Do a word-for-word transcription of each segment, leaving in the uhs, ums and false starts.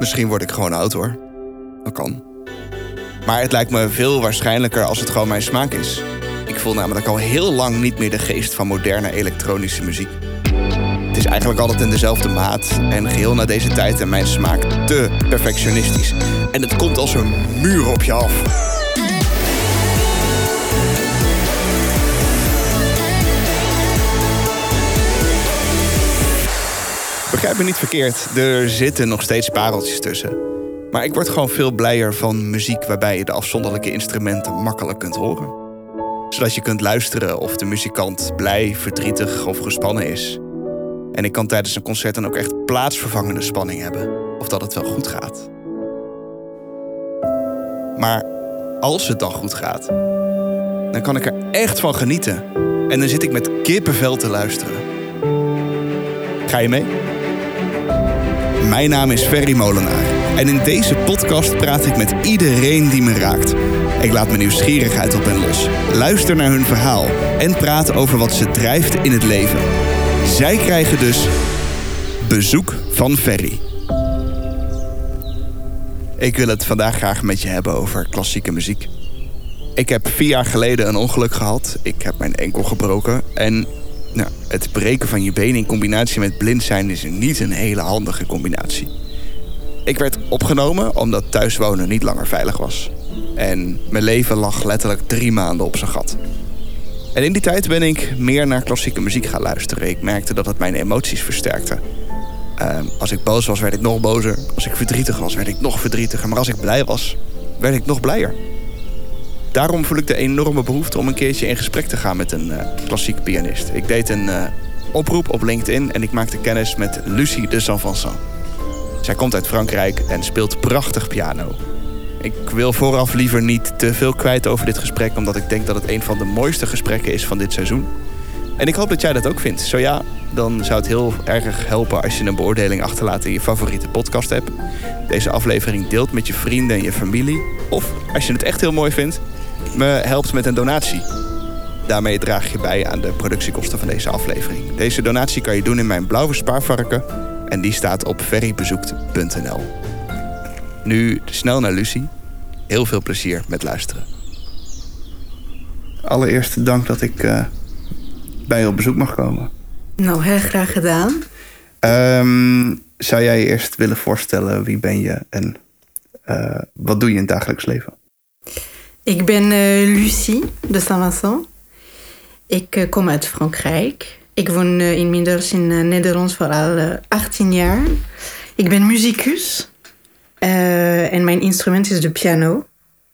Misschien word ik gewoon oud hoor. Dat kan. Maar het lijkt me veel waarschijnlijker als het gewoon mijn smaak is. Ik voel namelijk al heel lang niet meer de geest van moderne elektronische muziek. Het is eigenlijk altijd in dezelfde maat en geheel na deze tijd en mijn smaak te perfectionistisch. En het komt als een muur op je af. Begrijp me niet verkeerd, er zitten nog steeds pareltjes tussen. Maar ik word gewoon veel blijer van muziek waarbij je de afzonderlijke instrumenten makkelijk kunt horen. Zodat je kunt luisteren of de muzikant blij, verdrietig of gespannen is. En ik kan tijdens een concert dan ook echt plaatsvervangende spanning hebben. Of dat het wel goed gaat. Maar als het dan goed gaat, dan kan ik er echt van genieten. En dan zit ik met kippenvel te luisteren. Ga je mee? Mijn naam is Ferry Molenaar. En in deze podcast praat ik met iedereen die me raakt. Ik laat mijn nieuwsgierigheid op hen los. Luister naar hun verhaal. En praat over wat ze drijft in het leven. Zij krijgen dus bezoek van Ferry. Ik wil het vandaag graag met je hebben over klassieke muziek. Ik heb vier jaar geleden een ongeluk gehad. Ik heb mijn enkel gebroken. En nou, het breken van je been in combinatie met blind zijn is niet een hele handige combinatie. Ik werd opgenomen omdat thuiswonen niet langer veilig was. En mijn leven lag letterlijk drie maanden op zijn gat. En in die tijd ben ik meer naar klassieke muziek gaan luisteren. Ik merkte dat het mijn emoties versterkte. Uh, als ik boos was, werd ik nog bozer. Als ik verdrietig was, werd ik nog verdrietiger. Maar als ik blij was, werd ik nog blijer. Daarom voel ik de enorme behoefte om een keertje in gesprek te gaan met een uh, klassiek pianist. Ik deed een uh, oproep op LinkedIn en ik maakte kennis met Lucie de Saint-Vincent. Zij komt uit Frankrijk en speelt prachtig piano. Ik wil vooraf liever niet te veel kwijt over dit gesprek, omdat ik denk dat het een van de mooiste gesprekken is van dit seizoen. En ik hoop dat jij dat ook vindt. Zo ja, dan zou het heel erg helpen als je een beoordeling achterlaat in je favoriete podcast-app. Deze aflevering deelt met je vrienden en je familie. Of, als je het echt heel mooi vindt, me helpt met een donatie. Daarmee draag je bij aan de productiekosten van deze aflevering. Deze donatie kan je doen in mijn blauwe spaarvarken. En die staat op ferrybezoekt punt n l. Nu snel naar Lucie. Heel veel plezier met luisteren. Allereerst dank dat ik uh, bij je op bezoek mag komen. Nou, heel graag gedaan. Um, zou jij je eerst willen voorstellen wie ben je en uh, wat doe je in het dagelijks leven? Ik ben uh, Lucie de Saint-Vincent. Ik uh, kom uit Frankrijk. Ik woon uh, inmiddels in uh, Nederland voor al uh, achttien jaar. Ik ben muzikus. Uh, en mijn instrument is de piano.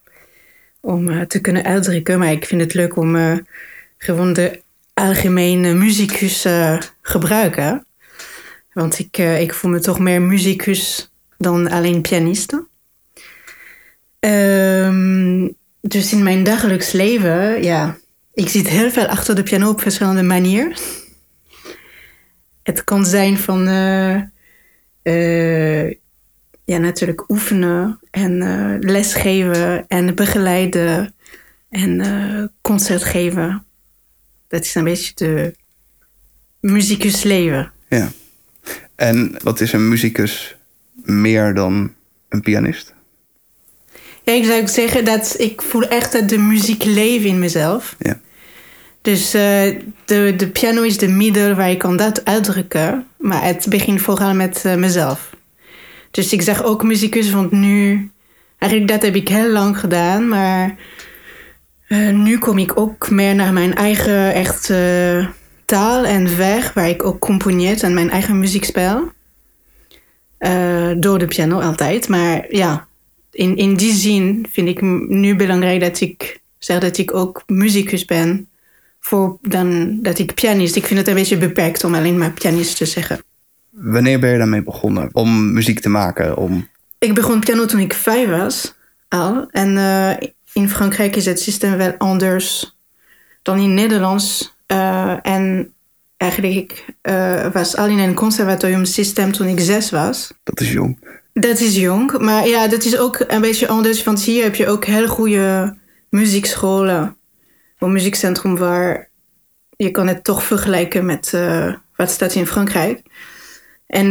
Om uh, te kunnen uitdrukken. Maar ik vind het leuk om uh, gewoon de algemene muzikus uh, gebruiken. Want ik, uh, ik voel me toch meer muzikus dan alleen pianiste. Um, dus in mijn dagelijks leven, ja, ik zit heel veel achter de piano op verschillende manieren. Het kan zijn van uh, uh, ja, natuurlijk oefenen en uh, lesgeven en begeleiden en uh, concert geven. Dat is een beetje de muzikusleven. Ja. En wat is een muzikus meer dan een pianist? Ja, ik zou ook zeggen dat ik voel echt dat de muziek leeft in mezelf. Ja. Dus uh, de, de piano is de middel waar ik kan dat uitdrukken. Maar het begint vooral met uh, mezelf. Dus ik zeg ook muzikus, want nu... Eigenlijk dat heb ik heel lang gedaan. Maar uh, nu kom ik ook meer naar mijn eigen echt, uh, taal en weg. Waar ik ook componeer en mijn eigen muziek speel. Uh, door de piano altijd. Maar ja, in, in die zin vind ik nu belangrijk dat ik zeg dat ik ook muzikus ben. Voor dan dat ik pianist. Ik vind het een beetje beperkt om alleen maar pianist te zeggen. Wanneer ben je daarmee begonnen om muziek te maken? Om... Ik begon piano toen ik vijf was al. En uh, in Frankrijk is het systeem wel anders dan in Nederlands. Uh, en eigenlijk ik uh, was al in een conservatorium systeem toen ik zes was. Dat is jong. Dat is jong. Maar ja, dat is ook een beetje anders. Want hier heb je ook heel goede muziekscholen. Een muziekcentrum waar je kan het toch vergelijken met uh, wat staat in Frankrijk. En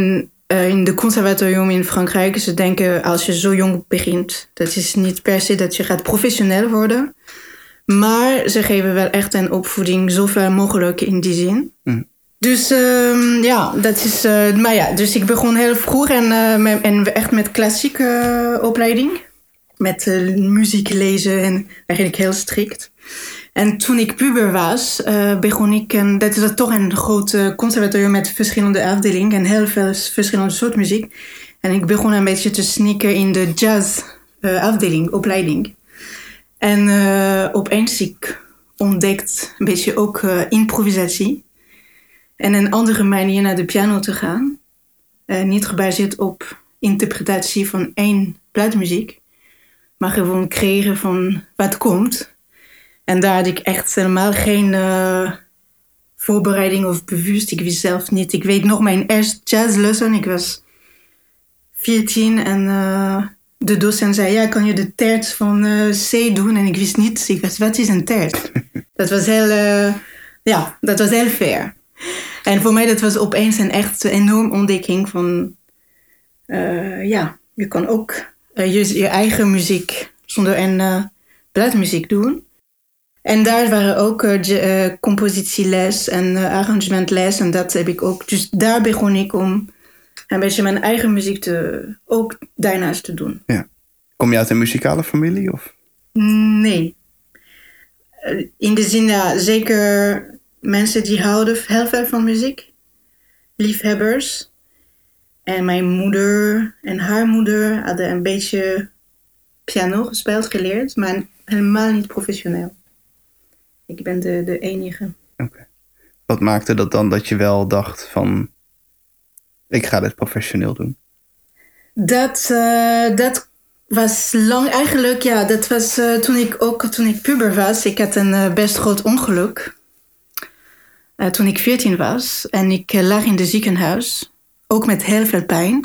uh, in de conservatorium in Frankrijk, ze denken als je zo jong begint, dat is niet per se dat je gaat professioneel worden. Maar ze geven wel echt een opvoeding zoveel mogelijk in die zin. Mm. Dus uh, ja, dat is. Uh, maar ja, dus ik begon heel vroeg en, uh, met, en echt met klassieke uh, opleiding. Met uh, muziek lezen en eigenlijk heel strikt. En toen ik puber was, uh, begon ik... En dat is toch een groot uh, conservatorium met verschillende afdelingen en heel veel verschillende soorten muziek. En ik begon een beetje te sneaken in de jazz uh, afdeling, opleiding. En uh, opeens ik ontdekt een beetje ook uh, improvisatie. En een andere manier naar de piano te gaan. Uh, niet gebaseerd op interpretatie van één plaatmuziek. Maar gewoon creëren van wat komt. En daar had ik echt helemaal geen uh, voorbereiding of bewust. Ik wist zelf niet. Ik weet nog mijn eerste jazzlessen. Ik was veertien en uh, de docent zei... Ja, kan je de terts van uh, C doen? En ik wist niet. Ik wist, wat is een terts? Dat was heel... Uh, ja, dat was heel fair. En voor mij dat was opeens een echt enorm ontdekking van... Uh, ja, je kan ook uh, je, je eigen muziek zonder een uh, bladmuziek doen. En daar waren ook uh, uh, compositieles en uh, arrangementles. En dat heb ik ook. Dus daar begon ik om een beetje mijn eigen muziek te, ook daarnaast te doen. Ja. Kom je uit een muzikale familie? Of? Nee. In de zin, ja, zeker mensen die houden heel veel van muziek. Liefhebbers. En mijn moeder en haar moeder hadden een beetje piano gespeeld, geleerd. Maar helemaal niet professioneel. Ik ben de, de enige. Oké. Okay. Wat maakte dat dan dat je wel dacht van... ik ga dit professioneel doen? Dat, uh, dat was lang eigenlijk... Ja, dat was uh, toen ik ook toen ik puber was. Ik had een uh, best groot ongeluk. Uh, toen ik veertien was. En ik uh, lag in het ziekenhuis. Ook met heel veel pijn.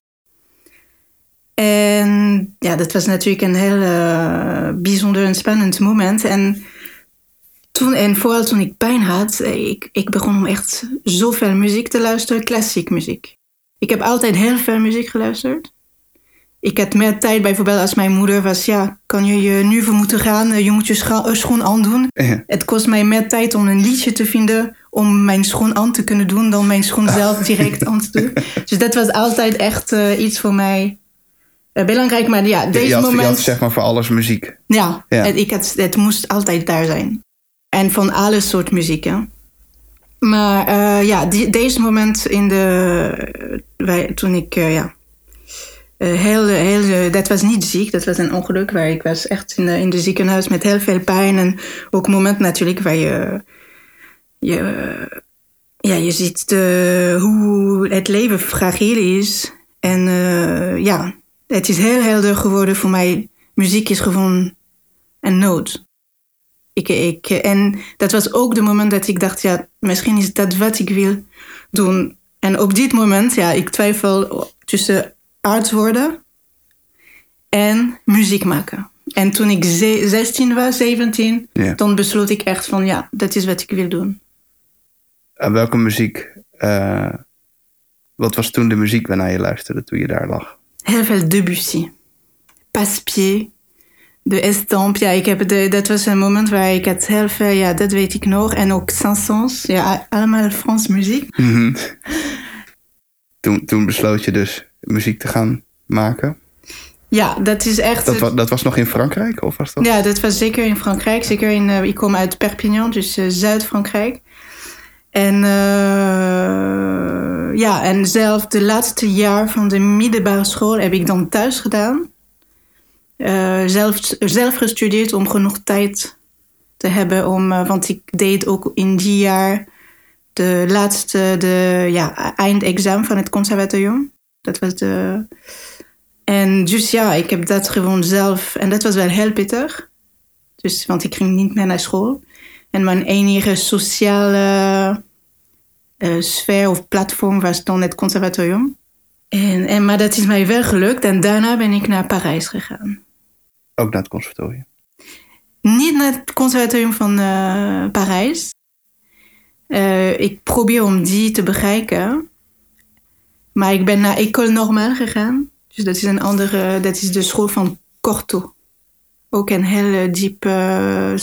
En ja, dat was natuurlijk een heel uh, bijzonder en spannend moment. En... Toen, en vooral toen ik pijn had, ik, ik begon om echt zoveel muziek te luisteren, klassiek muziek. Ik heb altijd heel veel muziek geluisterd. Ik had meer tijd, bijvoorbeeld als mijn moeder was, ja, kan je je nu voor moeten gaan, je moet je scha- schoen aandoen. Ja. Het kost mij meer tijd om een liedje te vinden om mijn schoen aan te kunnen doen dan mijn schoen zelf direct aan te doen. Dus dat was altijd echt uh, iets voor mij uh, belangrijk. Maar ja, deze je had, moment... Je had zeg maar voor alles muziek. Ja, ja. Het, ik had, het moest altijd daar zijn. En van alle soort muziek, hè. Maar uh, ja, die, deze moment in de... Uh, wij, toen ik, uh, ja... Uh, heel, heel, uh, dat was niet ziek, dat was een ongeluk. Waar ik was echt in de, in de ziekenhuis met heel veel pijn. En ook een moment natuurlijk waar je... je uh, ja, je ziet de, hoe het leven fragiel is. En uh, ja, het is heel helder geworden voor mij. Muziek is gewoon een nood. Ik, ik, en dat was ook de moment dat ik dacht, ja, misschien is dat wat ik wil doen. En op dit moment, ja, ik twijfel tussen arts worden en muziek maken. En toen ik zestien was, zeventien, ja. Dan besloot ik echt van, ja, dat is wat ik wil doen. En welke muziek, uh, wat was toen de muziek waarnaar je luisterde toen je daar lag? Heel veel Debussy, Passepied. De Estampes, ja, ik heb de, dat was een moment waar ik het heel veel, ja, dat weet ik nog. En ook Saint-Saëns, ja, allemaal Frans muziek. Mm-hmm. Toen, toen besloot je dus muziek te gaan maken? Ja, dat is echt... Dat, was, dat was nog in Frankrijk, of was dat? Ja, dat was zeker in Frankrijk. Zeker in, uh, ik kom uit Perpignan, dus uh, Zuid-Frankrijk. En uh, ja, en zelf de laatste jaar van de middelbare school heb ik dan thuis gedaan. Uh, zelf, zelf gestudeerd om genoeg tijd te hebben. Om, uh, want ik deed ook in die jaar de laatste de, ja, eindexamen van het conservatorium. Dat was de... En dus ja, ik heb dat gewoon zelf... En dat was wel heel pittig. Dus, want ik ging niet meer naar school. En mijn enige sociale uh, sfeer of platform was dan het conservatorium. En, en, maar dat is mij wel gelukt. En daarna ben ik naar Parijs gegaan. Ook naar het conservatorium? Niet naar het conservatorium van uh, Parijs. Uh, ik probeer om die te bereiken. Maar ik ben naar École Normale gegaan. Dus dat is een andere, dat is de school van Cortot. Ook een hele diepe uh,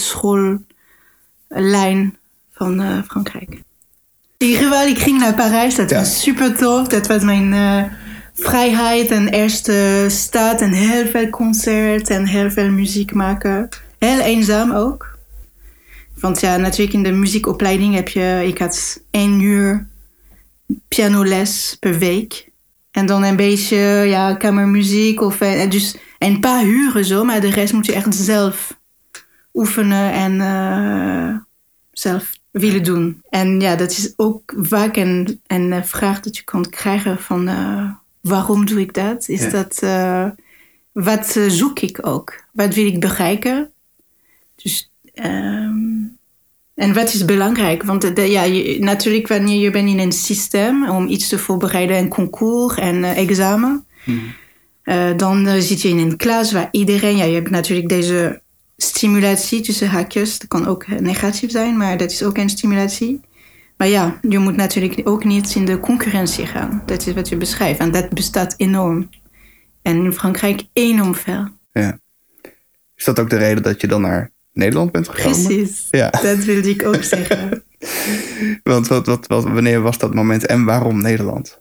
schoollijn van uh, Frankrijk. In ieder geval, ik ging naar Parijs. Dat ja. was super tof. Dat was mijn uh, vrijheid en eerste stad. En heel veel concert en heel veel muziek maken. Heel eenzaam ook. Want ja, natuurlijk in de muziekopleiding heb je... Ik had één uur pianoles per week. En dan een beetje ja, kamermuziek. Of, dus een paar uren zo. Maar de rest moet je echt zelf oefenen en uh, zelf willen doen. En ja, dat is ook vaak een, een vraag dat je kan krijgen van... Uh, waarom doe ik dat? Is ja. dat... Uh, wat uh, zoek ik ook? Wat wil ik bereiken? Dus... Um, en wat is belangrijk? Want de, ja, je, natuurlijk wanneer je bent in een systeem om iets te voorbereiden, een concours en uh, examen, mm. uh, dan uh, zit je in een klas waar iedereen, ja, je hebt natuurlijk deze stimulatie tussen haakjes, dat kan ook negatief zijn, maar dat is ook een stimulatie. Maar ja, je moet natuurlijk ook niet in de concurrentie gaan. Dat is wat je beschrijft en dat bestaat enorm. En in Frankrijk enorm veel. Ja. Is dat ook de reden dat je dan naar Nederland bent gekomen? Precies, ja. Dat wilde ik ook zeggen. Want wat, wat, wat, wanneer was dat moment en waarom Nederland?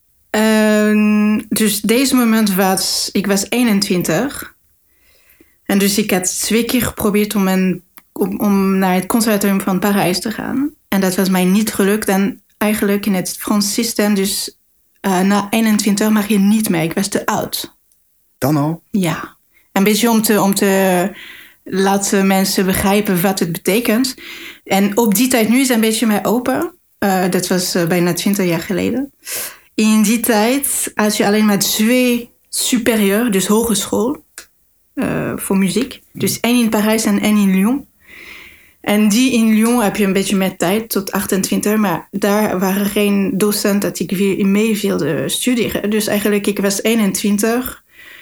Uh, dus deze moment was... Ik was eenentwintig. En dus ik had twee keer geprobeerd om, een, om, om naar het conservatorium van Parijs te gaan. En dat was mij niet gelukt. En eigenlijk in het Frans systeem, dus uh, na eenentwintig mag je niet meer. Ik was te oud. Dan al? Ja. Een beetje om te... Om te laten mensen begrijpen wat het betekent. En op die tijd, nu is het een beetje mij open. Uh, dat was uh, bijna twintig jaar geleden. In die tijd had je alleen maar twee superieur, dus hogeschool, uh, voor muziek. Dus één in Parijs en één in Lyon. En die in Lyon heb je een beetje meer tijd, tot achtentwintig. Maar daar waren geen docenten dat ik mee wilde studeren. Dus eigenlijk, ik was eenentwintig...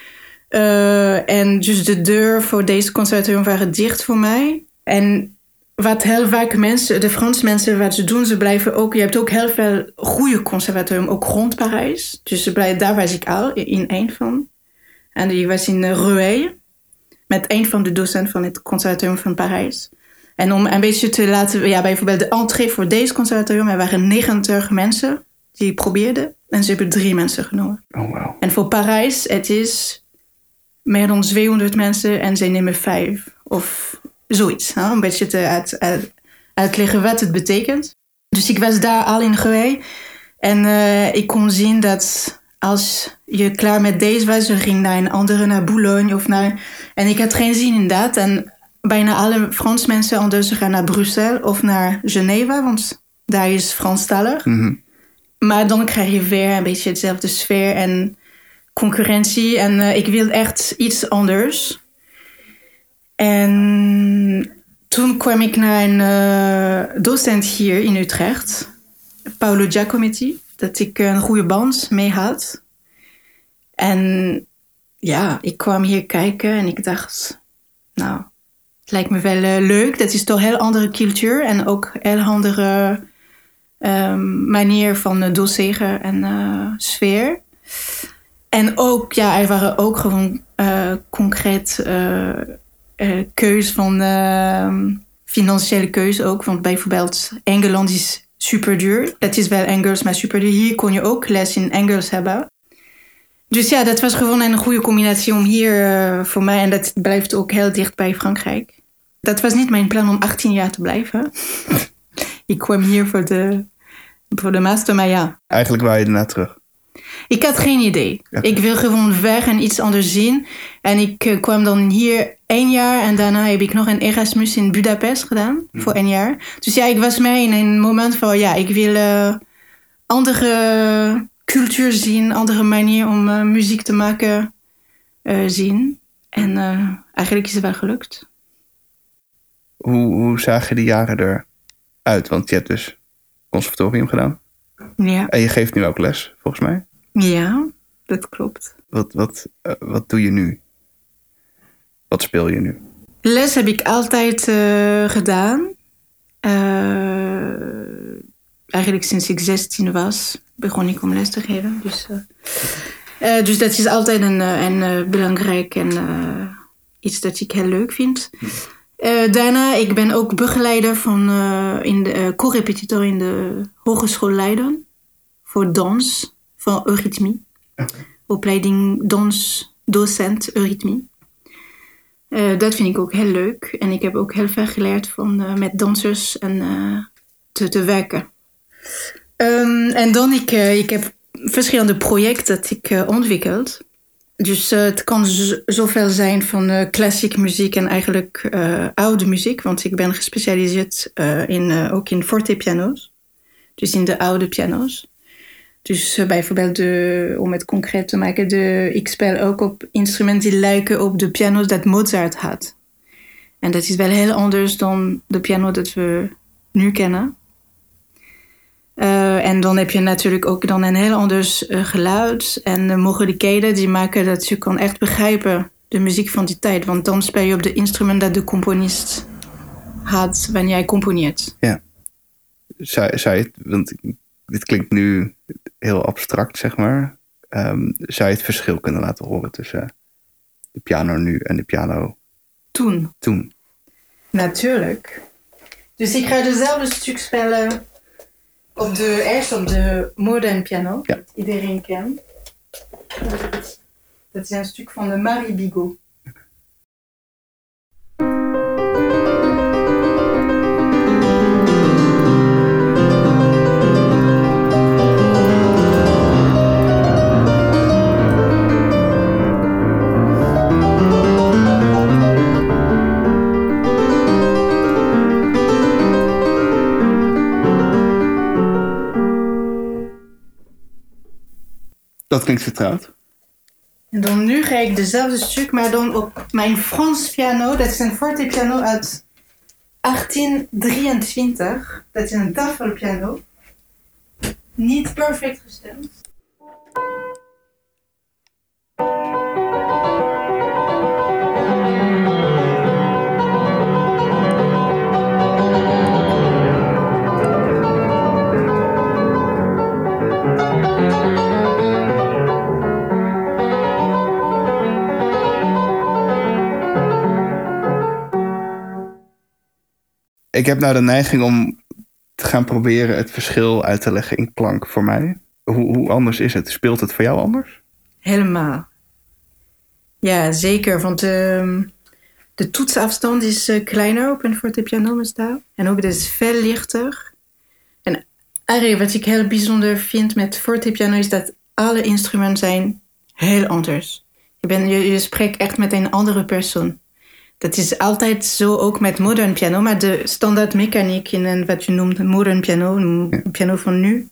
Uh, en dus de deur voor deze conservatorium waren dicht voor mij. En wat heel vaak mensen, de Franse mensen, wat ze doen, ze blijven ook... Je hebt ook heel veel goede conservatorium, ook rond Parijs. Dus ze blijven, daar was ik al, in één van. En die was in Rueil, met een van de docenten van het conservatorium van Parijs. En om een beetje te laten... Ja, bijvoorbeeld de entree voor deze conservatorium, er waren negentig mensen die probeerden. En ze hebben drie mensen genomen. Oh, wow. En voor Parijs, het is... meer dan tweehonderd mensen en zij nemen vijf. Of zoiets. Hè? Een beetje te uit, uit, uitleggen wat het betekent. Dus ik was daar al in geweest. En uh, ik kon zien dat als je klaar met deze was... je ging naar een andere, naar Boulogne of naar... En ik had geen zin in dat. En bijna alle Frans mensen anders gaan naar Brussel of naar Geneva. Want daar is Franstalig. Mm-hmm. Maar dan krijg je weer een beetje hetzelfde sfeer en... concurrentie en uh, ik wilde echt iets anders. En toen kwam ik naar een uh, docent hier in Utrecht, Paolo Giacometti, dat ik een goede band mee had. En ja, ik kwam hier kijken en ik dacht, nou, het lijkt me wel uh, leuk. Dat is toch een heel andere cultuur en ook een heel andere um, manier van uh, doseren en uh, sfeer. En ook, ja, er waren ook gewoon uh, concreet uh, uh, keus van uh, financiële keus ook. Want bijvoorbeeld Engeland is super duur. Het is wel Engels, maar super duur. Hier kon je ook les in Engels hebben. Dus ja, dat was gewoon een goede combinatie om hier uh, voor mij. En dat blijft ook heel dicht bij Frankrijk. Dat was niet mijn plan om achttien jaar te blijven. Ik kwam hier voor de, voor de master, maar ja. Eigenlijk wou je daarna terug. Ik had geen idee. Ja. Ik wil gewoon weg en iets anders zien. En ik uh, kwam dan hier één jaar. En daarna heb ik nog een Erasmus in Budapest gedaan. Mm. Voor één jaar. Dus ja, ik was mee in een moment van... Ja, ik wil uh, andere cultuur zien. Andere manier om uh, muziek te maken uh, zien. En uh, eigenlijk is het wel gelukt. Hoe, hoe zagen die jaren eruit? Want je hebt dus conservatorium gedaan. Ja. En je geeft nu ook les, volgens mij. Ja, dat klopt. Wat, wat, uh, wat doe je nu? Wat speel je nu? Les heb ik altijd uh, gedaan. Uh, eigenlijk sinds ik zestien was. begon ik om les te geven. Dus, uh, uh, dus dat is altijd een, een, een belangrijk en uh, iets dat ik heel leuk vind. Uh, daarna, ik ben ook begeleider van uh, in de uh, co-repetitor in de Hogeschool Leiden voor dans van eurythmie. Okay. Opleiding dansdocent eurythmie. Uh, dat vind ik ook heel leuk. En ik heb ook heel veel geleerd van uh, met dansers en uh, te, te werken. Um, en dan ik, uh, ik heb verschillende projecten dat ik uh, ontwikkeld. Dus uh, het kan z- zoveel zijn van uh, klassieke muziek en eigenlijk uh, oude muziek. Want ik ben gespecialiseerd uh, in, uh, ook in fortepiano's. Dus in de oude piano's. Dus uh, bijvoorbeeld, de, om het concreet te maken, de, ik speel ook op instrumenten die lijken op de piano's dat Mozart had. En dat is wel heel anders dan de piano dat we nu kennen. Uh, en dan heb je natuurlijk ook dan een heel anders uh, geluid en de mogelijkheden die maken dat je kan echt begrijpen de muziek van die tijd. Want dan speel je op de instrument dat de componist had wanneer hij componeert. Ja. Zou, zou je het, want dit klinkt nu heel abstract, zeg maar. Um, zou je het verschil kunnen laten horen tussen de piano nu en de piano toen? Toen. Natuurlijk. Dus ik ga dezelfde stuk spelen op de, eerst op de modern piano, ja. Dat iedereen kent. Dat is een stuk van de Marie Bigot. Dat klinkt vertrouwd. En dan nu ga ik dezelfde stuk, maar dan op mijn Frans piano. Dat is een fortepiano uit achttien drieëntwintig. Dat is een tafelpiano. Niet perfect gestemd. Ik heb nou de neiging om te gaan proberen het verschil uit te leggen in klank voor mij. Hoe, hoe anders is het? Speelt het voor jou anders? Helemaal. Ja, zeker. Want de, de toetsafstand is uh, kleiner op een fortepiano mestaal. En ook dat is veel lichter. En eigenlijk wat ik heel bijzonder vind met fortepiano is dat alle instrumenten zijn heel anders. Je, ben, je, je spreekt echt met een andere persoon. Dat is altijd zo ook met modern piano, maar de standaardmechaniek in een, wat je noemt een modern piano, een piano van nu,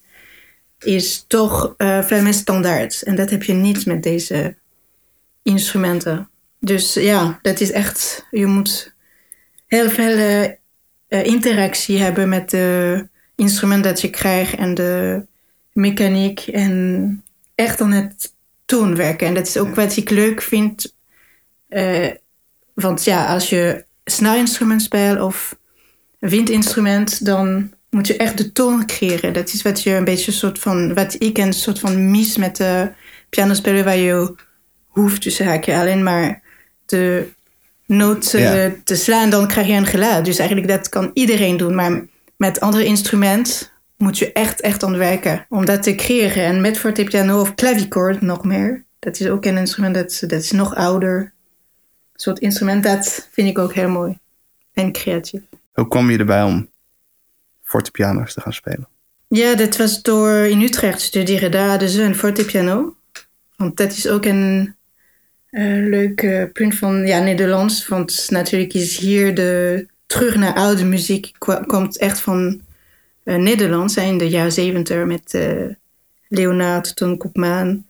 is toch uh, veel meer standaard. En dat heb je niet met deze instrumenten. Dus ja, dat is echt, je moet heel veel uh, uh, interactie hebben met de instrument dat je krijgt en de mechaniek en echt aan het toon werken. En dat is ook wat ik leuk vind. Uh, Want ja, als je snaarinstrument speelt of windinstrument, dan moet je echt de toon creëren. Dat is wat je een beetje soort van, wat ik een soort van mis met de piano spelen, waar je hoeft tussen haakjes alleen maar de noot ja. te slaan, dan krijg je een geluid. Dus eigenlijk dat kan iedereen doen, maar met andere instrument moet je echt, echt aan werken om dat te creëren. En met fortepiano of clavichord nog meer. Dat is ook een instrument dat, dat is nog ouder. Soort instrument, dat vind ik ook heel mooi. En creatief. Hoe kwam je erbij om fortepiano's te gaan spelen? Ja, dat was door in Utrecht studeren. Daar hadden ze een fortepiano. Want dat is ook een uh, leuk uh, punt van ja, Nederlands. Want natuurlijk is hier de terug naar oude muziek kwa, komt echt van uh, Nederlands. In de jaren zeventig met uh, Leonard, Toon Koopman.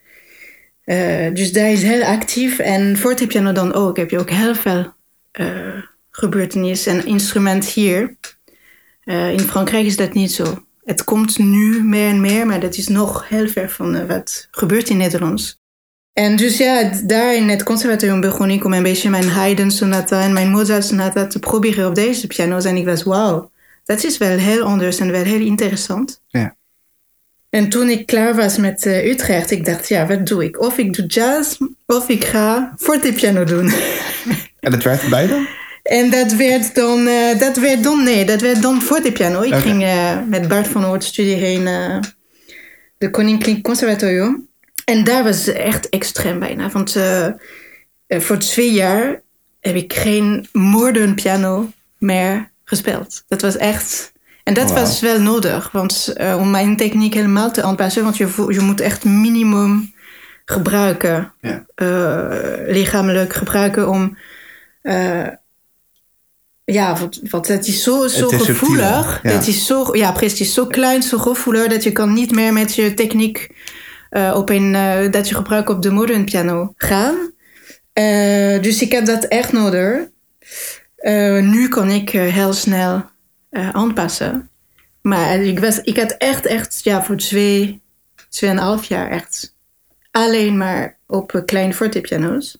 Uh, dus daar is heel actief. En fortepiano dan ook. Heb je ook heel veel uh, gebeurtenissen en instrument hier. Uh, in Frankrijk is dat niet zo. Het komt nu meer en meer, maar dat is nog heel ver van uh, wat gebeurt in Nederlands. En dus ja, daar in het conservatorium begon ik om een beetje mijn Haydn sonata en mijn Mozart sonata te proberen op deze piano's. En ik was, wauw, dat is wel heel anders en wel heel interessant. Ja. En toen ik klaar was met uh, Utrecht, ik dacht, ja, wat doe ik? Of ik doe jazz, of ik ga fortepiano doen. En dat werd erbij dan? En dat werd dan, uh, dat werd dan, nee, dat werd dan fortepiano. Ik okay. ging uh, met Bart van Oort studeren in uh, de Koninklijk Conservatorium. En daar was het echt extreem bijna. Want uh, uh, voor twee jaar heb ik geen modern piano meer gespeeld. Dat was echt... En dat wow. was wel nodig. Want uh, om mijn techniek helemaal te aanpassen... want je, je moet echt minimum gebruiken. Ja. Uh, lichamelijk gebruiken om... Uh, ja, want, want het is zo, zo het is gevoelig. Ja. Het is zo, ja, precies. Het is zo klein, zo gevoelig... dat je kan niet meer met je techniek... Uh, op een, uh, dat je gebruikt op de modern piano gaan. Uh, dus ik heb dat echt nodig. Uh, nu kan ik uh, heel snel uh, aanpassen. Maar ik, was, ik had echt, echt ja, voor twee, tweeënhalf jaar echt alleen maar op uh, kleine fortepiano's.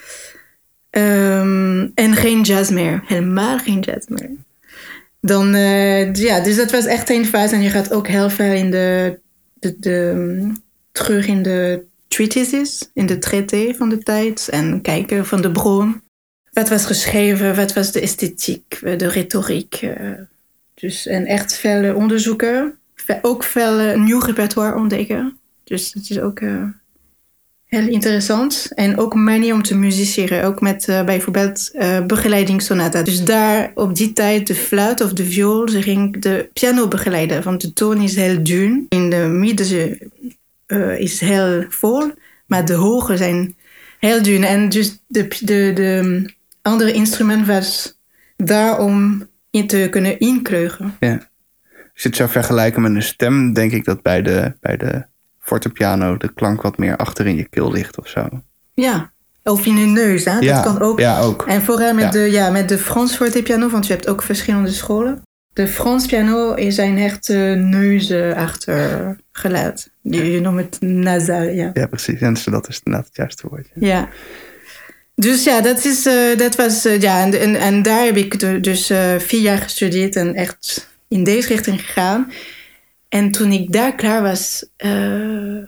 Um, en geen jazz meer. Helemaal geen jazz meer. Dan, uh, ja, dus dat was echt een fase. En je gaat ook heel veel in de... de, de terug in de treatises, in de traité van de tijd. En kijken van de bron. Wat was geschreven, wat was de esthetiek, de retoriek. Uh, dus, en echt veel onderzoeken. Ook veel uh, nieuw repertoire ontdekken. Dus dat is ook uh, heel interessant. En ook een manier om te musiceren. Ook met uh, bijvoorbeeld uh, begeleidingssonata. Dus daar op die tijd de fluit of de viool, ze ging de piano begeleiden. Want de toon is heel dun. In de midden uh, is heel vol. Maar de hoge zijn heel dun. En dus de, de, de andere instrument was daar om in te kunnen inkleuren. Ja. Als je het zou vergelijken met een stem, denk ik dat bij de, bij de fortepiano de klank wat meer achter in je keel ligt of zo. Ja, of in je neus, hè? Ja, dat kan ook. Ja, ook. En vooral met, ja. de, ja, met de Frans fortepiano, want je hebt ook verschillende scholen. De Frans piano is een echt neusachter geluid. Je, je noemt het nasal, ja. Ja, precies. En dat is inderdaad het juiste woord. Ja. ja. Dus ja, dat, is, uh, dat was... Uh, ja, en, en, en daar heb ik de, dus uh, vier jaar gestudeerd en echt in deze richting gegaan. En toen ik daar klaar was... Uh,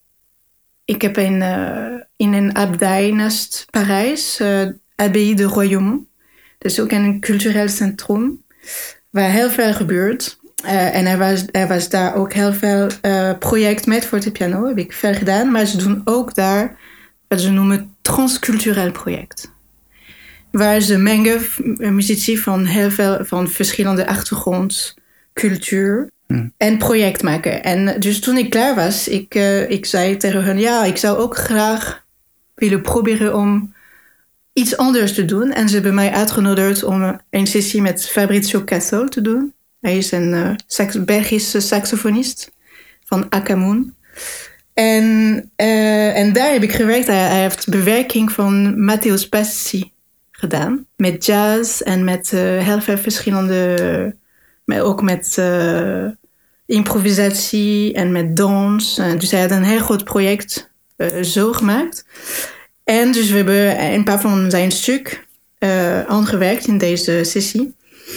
ik heb een, uh, in een abdij naast Parijs... Uh, Abbaye de Royaumont. Dat is ook een cultureel centrum... waar heel veel gebeurt. Uh, en er was, er was daar ook heel veel uh, project met fortepiano. Heb ik veel gedaan. Maar ze doen ook daar... wat ze noemen transcultureel project. Waar ze mengen muzici van heel veel... van verschillende achtergrond, cultuur... Hmm. En project maken. En dus toen ik klaar was, ik, uh, ik zei tegen hen... ja, ik zou ook graag willen proberen om iets anders te doen. En ze hebben mij uitgenodigd om een sessie met Fabrizio Casal te doen. Hij is een uh, sax- Belgische saxofonist van Akamoon. En, uh, en daar heb ik gewerkt. Hij, hij heeft bewerking van Matteo Spassi gedaan. Met jazz en met uh, heel veel verschillende... maar ook met uh, improvisatie en met dans. Uh, dus hij had een heel groot project uh, zo gemaakt. En dus we hebben een paar van zijn stuk uh, aangewerkt in deze sessie.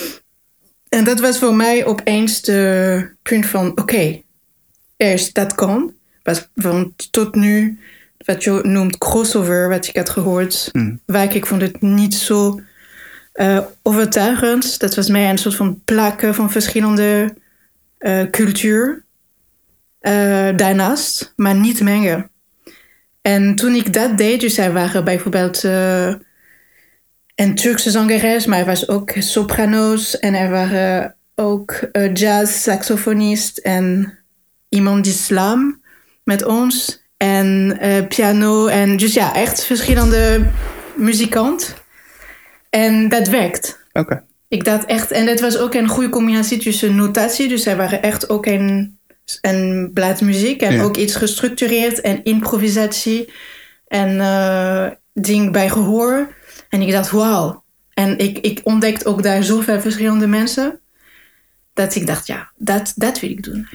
En dat was voor mij opeens de punt van... oké, okay, eerst dat kan. Want tot nu, wat je noemt crossover, wat ik had gehoord... Mm. waar ik vond het niet zo... Uh, overtuigend. Dat was meer een soort van plakken van verschillende uh, cultuur. Uh, daarnaast, maar niet mengen. En toen ik dat deed, dus er waren bijvoorbeeld uh, een Turkse zangeres, maar er was ook soprano's en er waren ook uh, jazz, saxofonist en iemand islam met ons en uh, piano en dus ja, echt verschillende muzikanten. En dat werkt. Oké. Okay. Ik dacht echt... En dat was ook een goede combinatie tussen notatie. Dus er waren echt ook een, een bladmuziek. En ja. ook iets gestructureerd. En improvisatie. En uh, ding bij gehoor. En ik dacht, wauw. En ik, ik ontdekte ook daar zoveel verschillende mensen. Dat ik dacht, ja, dat, dat wil ik doen.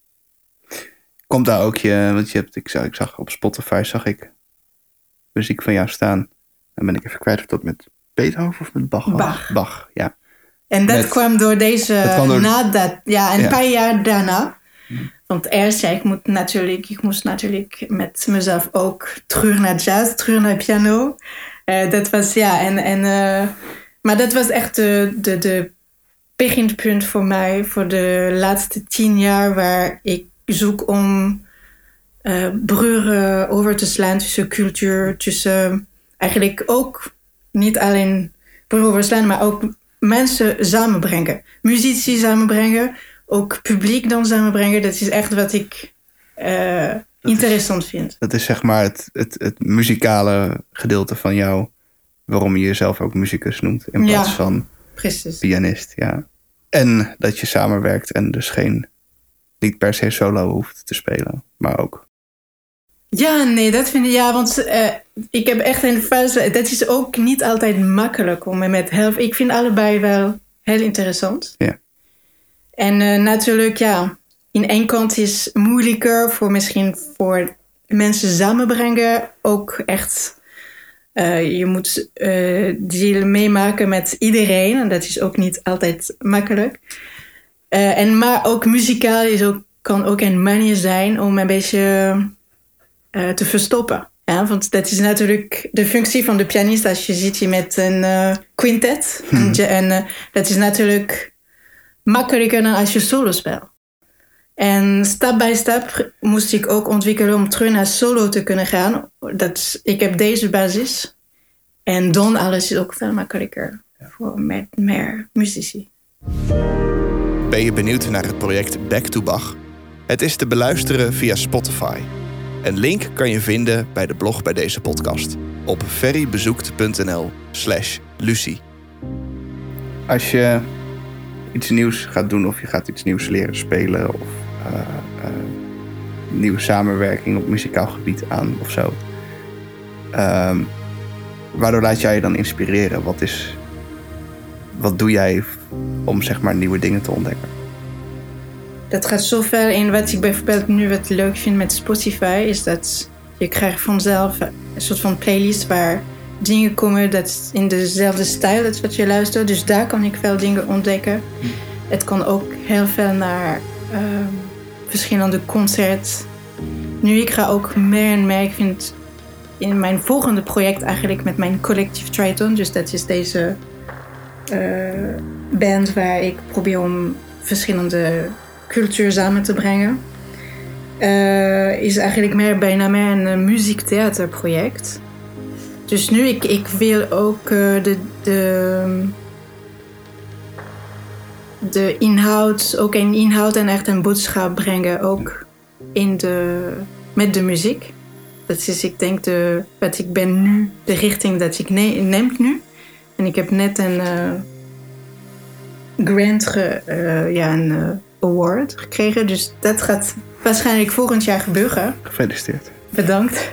Komt daar ook je... Want je hebt, ik, zag, ik zag op Spotify zag ik muziek van jou staan. Dan ben ik even kwijt of dat met... Beethoven of met Bach? Bach. Bach, ja. En dat met, kwam door deze... kwam door, na dat, ja, een ja. paar jaar daarna. Want eerst, ja, ik, moet natuurlijk, ik moest natuurlijk met mezelf ook terug naar jazz, terug naar piano. Uh, dat was, ja, en, en, uh, maar dat was echt de, de, de beginpunt voor mij voor de laatste tien jaar, waar ik zoek om uh, bruggen over te slaan tussen cultuur, tussen eigenlijk ook niet alleen bruggen overslaan, maar ook mensen samenbrengen. Muzici samenbrengen, ook publiek dan samenbrengen. Dat is echt wat ik uh, interessant is, vind. Dat is zeg maar het, het, het muzikale gedeelte van jou, waarom je jezelf ook muzikus noemt, in plaats ja, van precies. pianist. Ja. En dat je samenwerkt en dus geen, niet per se solo hoeft te spelen, maar ook. Ja, nee, dat vind ik, ja, want uh, ik heb echt een fase, dat is ook niet altijd makkelijk om me met helpen. Ik vind allebei wel heel interessant. Ja. En uh, natuurlijk, ja, in één kant is het moeilijker voor misschien voor mensen samenbrengen. Ook echt, uh, je moet uh, die meemaken met iedereen. En dat is ook niet altijd makkelijk. Uh, en, maar ook muzikaal is ook, kan ook een manier zijn om een beetje uh, te verstoppen. Ja, want dat is natuurlijk de functie van de pianist. Als je zit hier met een uh, quintet. Hmm. En, en uh, dat is natuurlijk makkelijker dan als je solo speelt. En stap bij stap moest ik ook ontwikkelen om terug naar solo te kunnen gaan. Dat, ik heb deze basis. En dan alles is ook veel makkelijker voor meer, meer muzici. Ben je benieuwd naar het project Back to Bach? Het is te beluisteren via Spotify. Een link kan je vinden bij de blog bij deze podcast. Op ferrybezoekt.nl slash Lucie. Als je iets nieuws gaat doen of je gaat iets nieuws leren spelen of uh, uh, nieuwe samenwerking op muzikaal gebied aan of zo. Um, waardoor laat jij je dan inspireren? Wat is, wat doe jij om zeg maar nieuwe dingen te ontdekken? Dat gaat zo ver in wat ik bijvoorbeeld nu wat leuk vind met Spotify, is dat je krijgt vanzelf een soort van playlist waar dingen komen dat in dezelfde stijl is wat je luistert. Dus daar kan ik veel dingen ontdekken. Hm. Het kan ook heel veel naar uh, verschillende concerten. Nu ik ga ook meer en meer, ik vind in mijn volgende project eigenlijk met mijn collectief Triton, dus dat is deze uh, band waar ik probeer om verschillende cultuur samen te brengen. Uh, is eigenlijk meer bijna meer een uh, muziektheaterproject. Dus nu, ik, ik wil ook uh, de, de, de inhoud, ook een inhoud en echt een boodschap brengen, ook in de, met de muziek. Dat is, ik denk, de, wat ik ben nu, de richting dat ik ne- neem nu. En ik heb net een uh, grant, ge, uh, ja, een uh, award gekregen. Dus dat gaat waarschijnlijk volgend jaar gebeuren. Gefeliciteerd. Bedankt.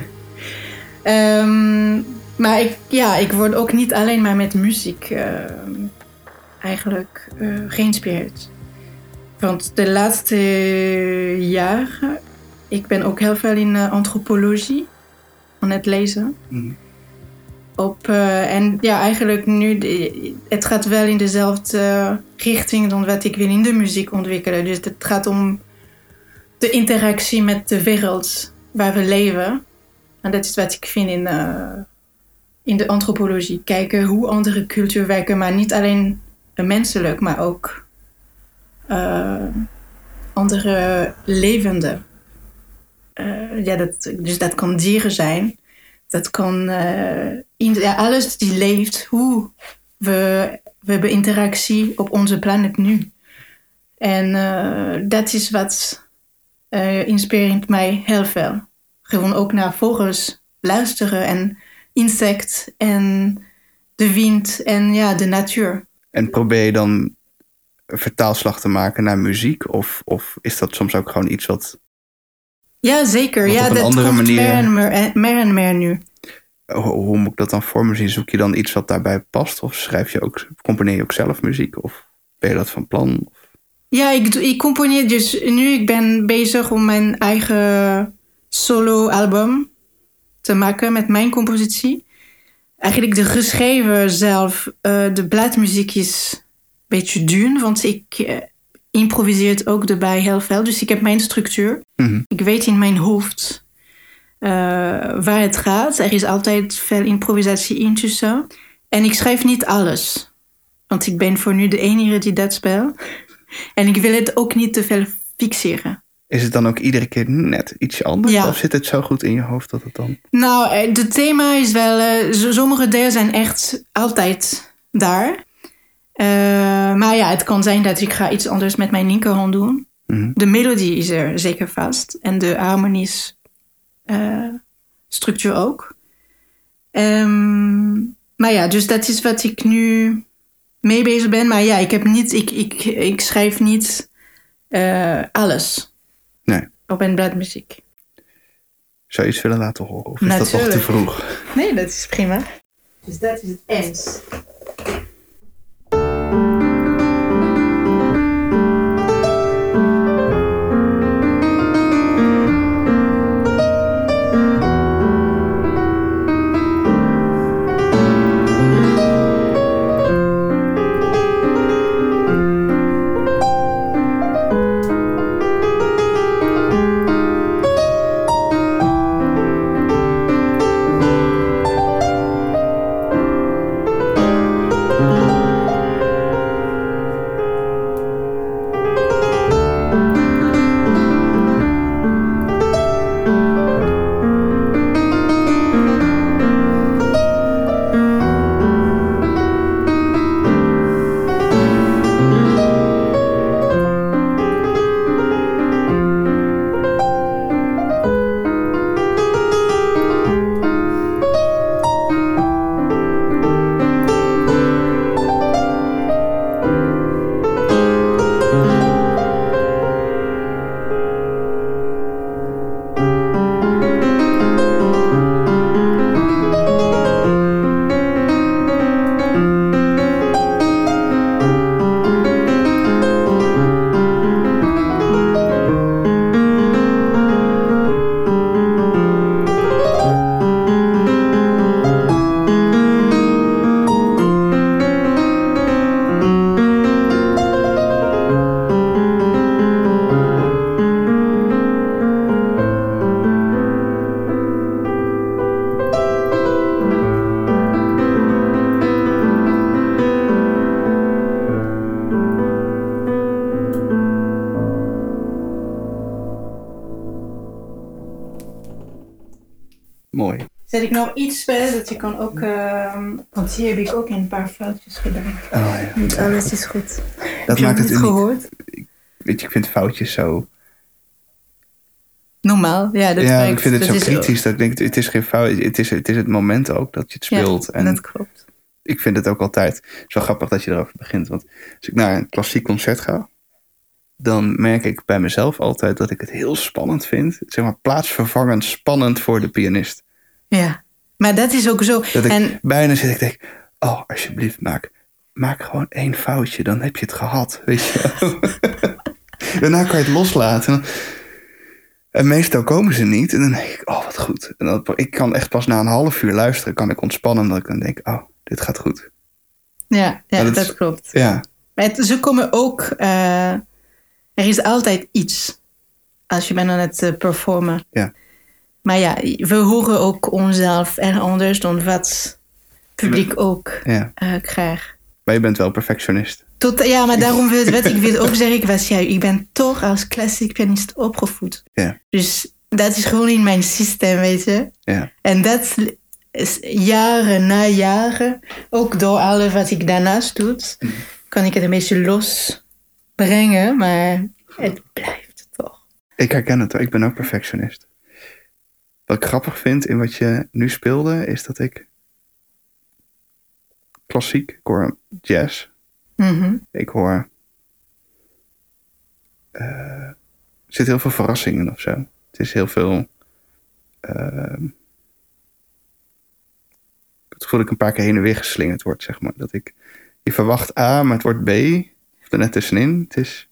Um, maar ik, ja, ik word ook niet alleen maar met muziek uh, eigenlijk uh, geïnspireerd. Want de laatste jaren, ik ben ook heel veel in uh, antropologie aan het lezen. Mm. Op, uh, en ja, eigenlijk nu, de, het gaat wel in dezelfde richting dan wat ik wil in de muziek ontwikkelen. Dus het gaat om de interactie met de wereld waar we leven. En dat is wat ik vind in, uh, in de antropologie. Kijken hoe andere culturen werken, maar niet alleen menselijk, maar ook uh, andere levenden. Uh, ja, dat, dus dat kan dieren zijn. Dat kan uh, in, ja, alles die leeft, hoe we, we hebben interactie op onze planeet nu. En uh, dat is wat uh, inspireert mij heel veel. Gewoon ook naar vogels luisteren en insect en de wind en ja, de natuur. En probeer je dan een vertaalslag te maken naar muziek? Of, of is dat soms ook gewoon iets wat... Ja, zeker. Ja, dat komt manier... meer, en meer, meer en meer nu. Hoe, hoe moet ik dat dan voor me zien? Zoek je dan iets wat daarbij past? Of schrijf je ook, componeer je ook zelf muziek? Of ben je dat van plan? Of... Ja, ik, ik componeer dus nu. Ik ben bezig om mijn eigen solo-album te maken met mijn compositie. Eigenlijk de geschreven zelf, uh, de bladmuziek is een beetje duur. Want ik, uh, improviseert ook erbij heel veel. Dus ik heb mijn structuur. Mm-hmm. Ik weet in mijn hoofd uh, waar het gaat. Er is altijd veel improvisatie in tussen. En ik schrijf niet alles. Want ik ben voor nu de enige die dat speelt. En ik wil het ook niet te veel fixeren. Is het dan ook iedere keer net iets anders? Ja. Of zit het zo goed in je hoofd dat het dan... Nou, het thema is wel... Uh, sommige delen zijn echt altijd daar. Uh, maar ja, het kan zijn dat ik ga iets anders met mijn linkerhand doen. Mm-hmm. De melodie is er zeker vast. En de harmonisch uh, structuur ook. Um, maar ja, dus dat is wat ik nu mee bezig ben. Maar ja, ik heb niet... Ik, ik, ik schrijf niet uh, alles. Nee. Op een blad muziek. Zou je iets willen laten horen? Of is Natuurlijk. dat nog te vroeg? Nee, dat is prima. Dus dat is het eens. Mooi. Zet ik nog iets spelen dat je kan ook... Uh, want hier heb ik ook een paar foutjes gedaan. Oh, ja. Niet alles is goed. Dat heb je maakt het niet uniek. gehoord? Ik, weet je, ik vind foutjes zo... Normaal, ja. Dat ja, werkt. ik vind het dat zo kritisch ook. Dat ik denk, het is geen fout. Het is, het is het moment ook dat je het speelt. Ja, en dat klopt. Ik vind het ook altijd... Het is wel grappig dat je erover begint. Want als ik naar een klassiek concert ga... dan merk ik bij mezelf altijd dat ik het heel spannend vind. Zeg maar plaatsvervangend spannend voor de pianist. Ja, maar dat is ook zo. Dat ik en... bijna zit, ik denk... Oh, alsjeblieft, maak, maak gewoon één foutje. Dan heb je het gehad, weet je. Daarna kan je het loslaten. En meestal komen ze niet. En dan denk ik, oh, wat goed. En dan, ik kan echt pas na een half uur luisteren... kan ik ontspannen. Dat ik dan denk, oh, dit gaat goed. Ja, ja dat, dat is, klopt. Ja. Het, ze komen ook... Uh, er is altijd iets. Als je bent aan het uh, performen. Ja. Maar ja, we horen ook onszelf erg anders... dan wat het publiek ook ja. uh, krijgt. Maar je bent wel perfectionist. Tot, ja, maar daarom wil wat ik wil ook zeggen... was ja, ik ben toch als klassiek pianist opgevoed. Ja. Dus dat is gewoon in mijn systeem, weet je. Ja. En dat is jaren na jaren... ook door alles wat ik daarnaast doe... Mm. kan ik het een beetje losbrengen... maar het blijft toch. Ik herken het hoor, ik ben ook perfectionist. Wat ik grappig vind in wat je nu speelde... is dat ik... klassiek, ik hoor jazz... Mm-hmm. Ik hoor... Uh, er zit heel veel verrassingen of zo. Het is heel veel... Uh, het gevoel dat ik een paar keer heen en weer geslingerd word, zeg maar. Dat ik... Je verwacht A, maar het wordt B. Of er net tussenin. Het is...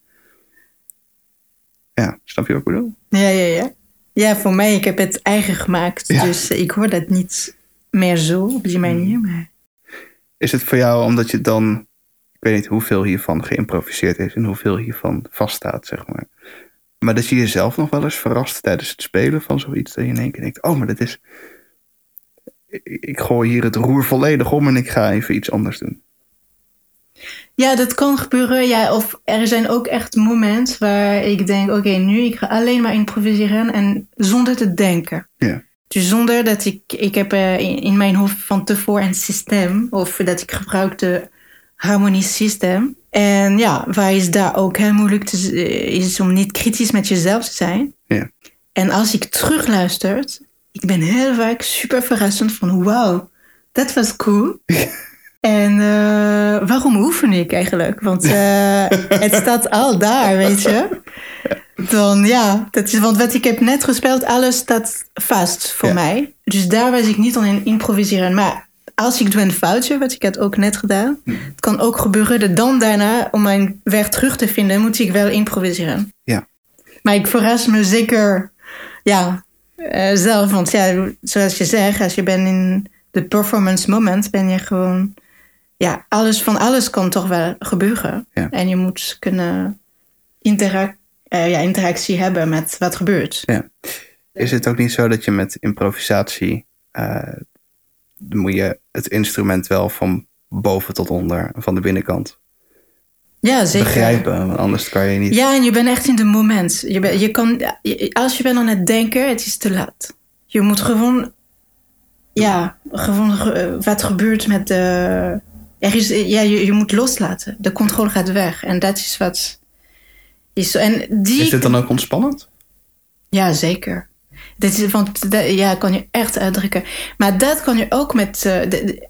Ja, snap je wat ik bedoel? Ja, ja, ja. Ja, voor mij, ik heb het eigen gemaakt. Ja. Dus ik hoor dat niet meer zo op die manier. Maar... Is het voor jou omdat je dan... Ik weet niet hoeveel hiervan geïmproviseerd is en hoeveel hiervan vaststaat, zeg maar. Maar dat je jezelf nog wel eens verrast tijdens het spelen van zoiets. Dat je in één keer denkt, oh, maar dat is... Ik gooi hier het roer volledig om en ik ga even iets anders doen. Ja, dat kan gebeuren. Ja, of er zijn ook echt momenten waar ik denk, oké, okay, nu ik ga alleen maar improviseren en zonder te denken. Ja. Dus zonder dat ik... Ik heb uh, in, in mijn hoofd van tevoren een systeem, of dat ik gebruikte harmoniesysteem. En ja, waar is daar ook heel moeilijk te, is om niet kritisch met jezelf te zijn. Ja. En als ik terugluister, ik ben heel vaak super verrassend van wauw, dat was cool. En uh, waarom oefen ik eigenlijk? Want uh, het staat al daar, weet je. Dan ja, dat is, want wat ik heb net gespeeld, alles staat vast voor ja. mij. Dus daar was ik niet aan in improviseren. Maar als ik doe een foutje, wat ik had ook net gedaan, hm. het kan ook gebeuren dat dan daarna, om mijn weg terug te vinden, moet ik wel improviseren. Ja. Maar ik verras me zeker, ja, uh, zelf. Want ja, zoals je zegt, als je bent in de performance moment, ben je gewoon, ja, alles van alles kan toch wel gebeuren. Ja. En je moet kunnen interac- uh, ja, interactie hebben met wat gebeurt. Ja. Is het ook niet zo dat je met improvisatie, uh, dan moet je het instrument wel van boven tot onder, van de binnenkant, ja, zeker. begrijpen, want anders kan je niet... Ja, en je bent echt in de moment. Je ben, je kan, als je bent aan het denken, het is te laat. Je moet gewoon... Ja, gewoon wat gebeurt met de... Er is, ja, je, je moet loslaten. De controle gaat weg. En dat is wat... Is, zo, en die, is dit dan ook ontspannend? Ja, zeker. Dit is, want dat, ja, kan je echt uitdrukken. Maar dat kan je ook met, uh, de, de,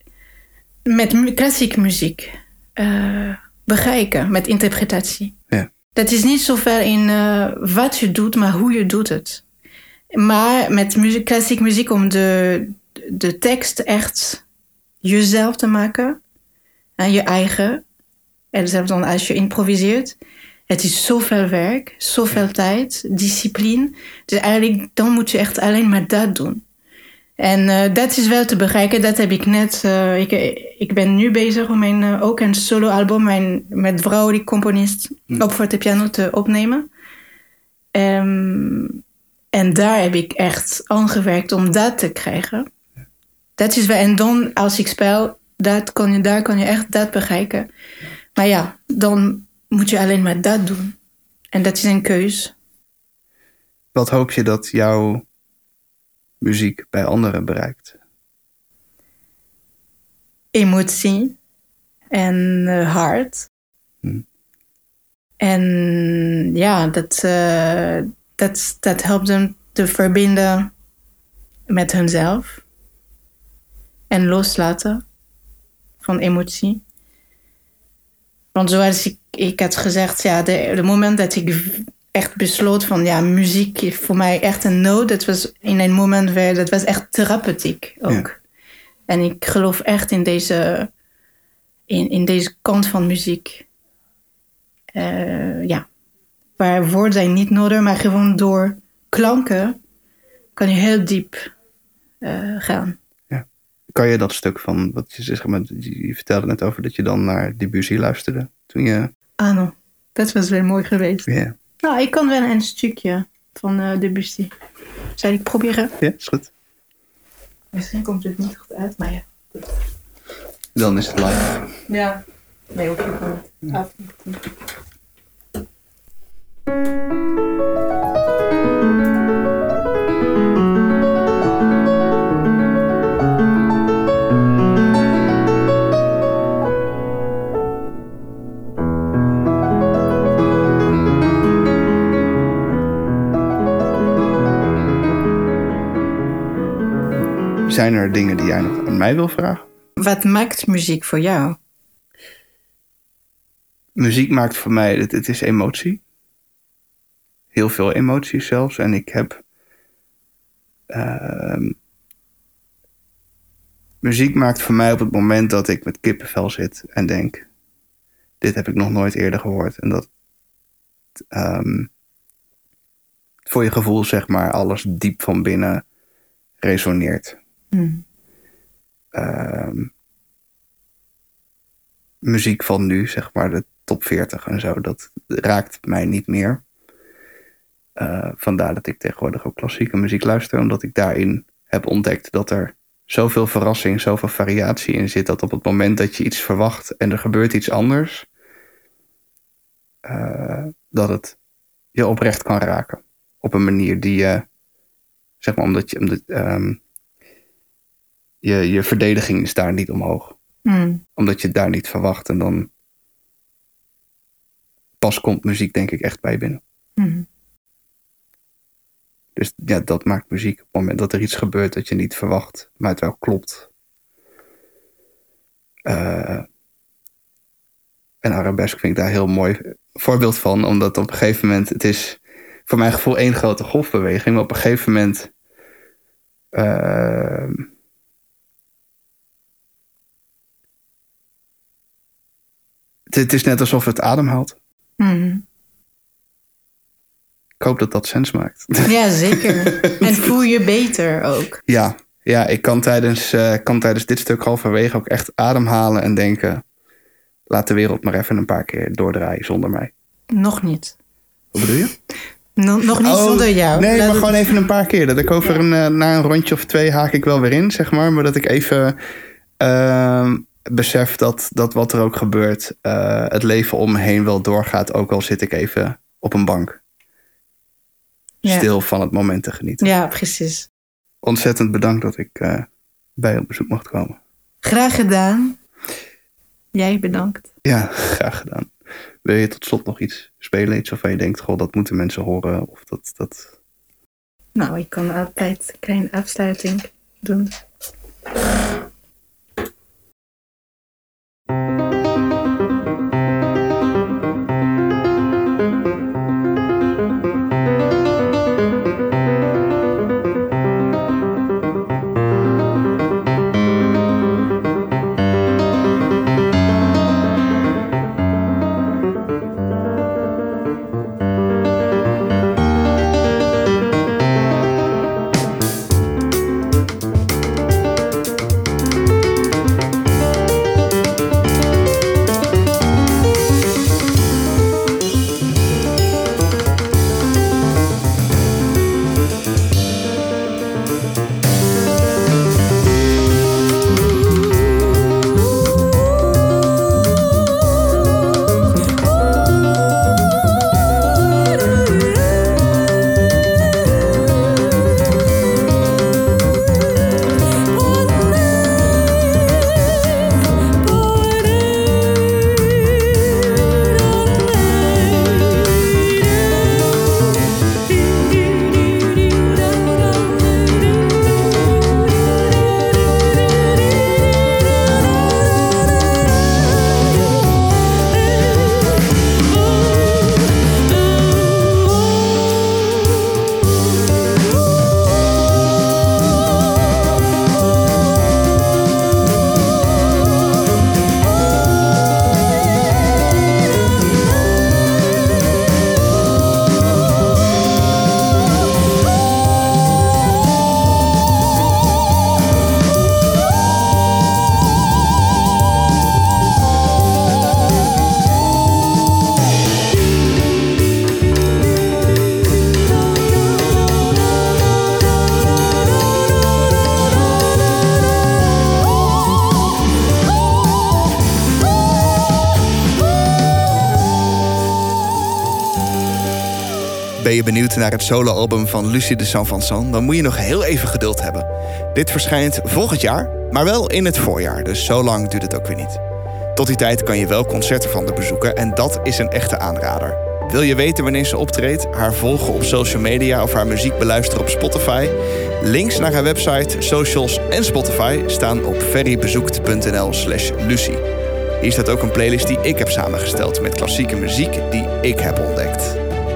met klassieke muziek uh, bereiken. Met interpretatie. Ja. Dat is niet zoveel in uh, wat je doet, maar hoe je doet het. Maar met muziek, klassieke muziek om de, de tekst echt jezelf te maken. En je eigen. En zelfs dan als je improviseert. Het is zoveel werk, zoveel tijd, discipline. Dus eigenlijk, dan moet je echt alleen maar dat doen. En uh, dat is wel te bereiken. Dat heb ik net... Uh, ik, ik ben nu bezig om mijn, uh, ook een solo-album mijn, met vrouw, die componist, mm. op fortepiano te opnemen. Um, en daar heb ik echt aan gewerkt om dat te krijgen. Dat is wel, en dan, als ik speel, dat kan je, daar kan je echt dat bereiken. Maar ja, dan moet je alleen maar dat doen. En dat is een keus. Wat hoop je dat jouw muziek bij anderen bereikt? Emotie en uh, hart. Hmm. En ja, dat, uh, dat, dat helpt hem te verbinden met hunzelf. En loslaten van emotie. Want zoals ik, ik had gezegd, ja, de, de moment dat ik echt besloot van, ja, muziek is voor mij echt een nood. Dat was in een moment waar, dat was echt therapeutiek ook. Ja. En ik geloof echt in deze, in, in deze kant van muziek. Uh, ja, waar woorden zijn niet nodig, maar gewoon door klanken kan je heel diep uh, gaan. Kan je dat stuk van, wat je zegt, je vertelde net over dat je dan naar Debussy luisterde toen je... Ah, no. Dat was weer mooi geweest. Yeah. Nou, ik kan wel een stukje van uh, Debussy. Zal ik proberen? Ja, is goed. Misschien komt het niet goed uit, maar ja. Dan is het live. Ja. Nee, hoef je gewoon niet af te doen. Zijn er dingen die jij nog aan mij wil vragen? Wat maakt muziek voor jou? Muziek maakt voor mij, het, het is emotie. Heel veel emoties zelfs. En ik heb... Uh, muziek maakt voor mij op het moment dat ik met kippenvel zit en denk... Dit heb ik nog nooit eerder gehoord. En dat... Um, voor je gevoel, zeg maar, alles diep van binnen resoneert. Hmm. Um, muziek van nu, zeg maar, de top veertig en zo, dat raakt mij niet meer. Uh, vandaar dat ik tegenwoordig ook klassieke muziek luister, omdat ik daarin heb ontdekt dat er zoveel verrassing, zoveel variatie in zit, dat op het moment dat je iets verwacht en er gebeurt iets anders, uh, dat het je oprecht kan raken. Op een manier die je, zeg maar, omdat je, omdat, um, je, je verdediging is daar niet omhoog. Mm. Omdat je het daar niet verwacht. En dan pas komt muziek, denk ik, echt bij binnen. Mm. Dus ja, dat maakt muziek. Op het moment dat er iets gebeurt dat je niet verwacht, maar het wel klopt. Uh, en arabesk vind ik daar een heel mooi voorbeeld van. Omdat op een gegeven moment, het is voor mijn gevoel één grote golfbeweging. Maar op een gegeven moment Uh, het, het is net alsof het ademhaalt. Mm. Ik hoop dat dat sens maakt. Ja, zeker. En voel je beter ook. Ja, ja ik kan tijdens, uh, kan tijdens dit stuk halverwege ook echt ademhalen en denken, laat de wereld maar even een paar keer doordraaien zonder mij. Nog niet. Wat bedoel je? No, nog niet oh, zonder jou. Nee, Laat maar het... gewoon even een paar keer. Dat ik over ja. een, na een rondje of twee haak ik wel weer in, zeg maar. Maar dat ik even uh, besef dat, dat wat er ook gebeurt, uh, het leven om me heen wel doorgaat. Ook al zit ik even op een bank. Ja. Stil van het moment te genieten. Ja, precies. Ontzettend bedankt dat ik uh, bij je op bezoek mocht komen. Graag gedaan. Jij bedankt. Ja, graag gedaan. Wil je tot slot nog iets spelen? Iets waarvan je denkt, goh, dat moeten mensen horen? Of dat, dat... Nou, ik kan altijd een kleine afsluiting doen. Ben je benieuwd naar het soloalbum van Lucie de Saint Vincent? Dan moet je nog heel even geduld hebben. Dit verschijnt volgend jaar, maar wel in het voorjaar. Dus zo lang duurt het ook weer niet. Tot die tijd kan je wel concerten van haar bezoeken en dat is een echte aanrader. Wil je weten wanneer ze optreedt? Haar volgen op social media of haar muziek beluisteren op Spotify? Links naar haar website, socials en Spotify staan op ferrybezoekt.nl slash Lucie. Hier staat ook een playlist die ik heb samengesteld met klassieke muziek die ik heb ontdekt.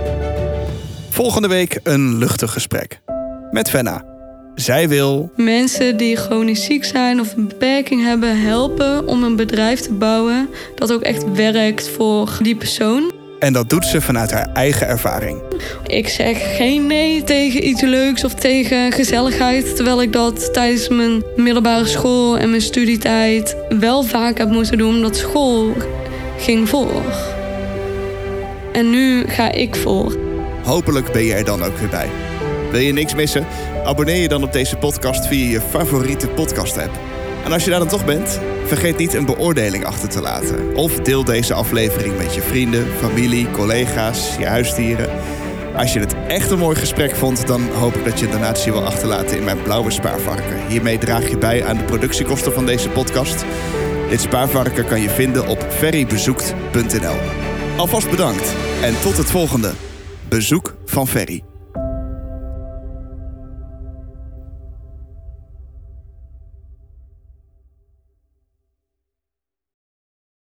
Volgende week een luchtig gesprek met Venna. Zij wil mensen die chronisch ziek zijn of een beperking hebben helpen om een bedrijf te bouwen dat ook echt werkt voor die persoon. En dat doet ze vanuit haar eigen ervaring. Ik zeg geen nee tegen iets leuks of tegen gezelligheid. Terwijl ik dat tijdens mijn middelbare school en mijn studietijd wel vaak heb moeten doen. Omdat school ging voor. En nu ga ik voor. Hopelijk ben je er dan ook weer bij. Wil je niks missen? Abonneer je dan op deze podcast via je favoriete podcast-app. En als je daar dan toch bent, vergeet niet een beoordeling achter te laten. Of deel deze aflevering met je vrienden, familie, collega's, je huisdieren. Als je het echt een mooi gesprek vond, dan hoop ik dat je een donatie wil achterlaten in mijn blauwe spaarvarken. Hiermee draag je bij aan de productiekosten van deze podcast. Dit spaarvarken kan je vinden op ferrybezoekt punt n l. Alvast bedankt en tot het volgende Bezoek van Ferry.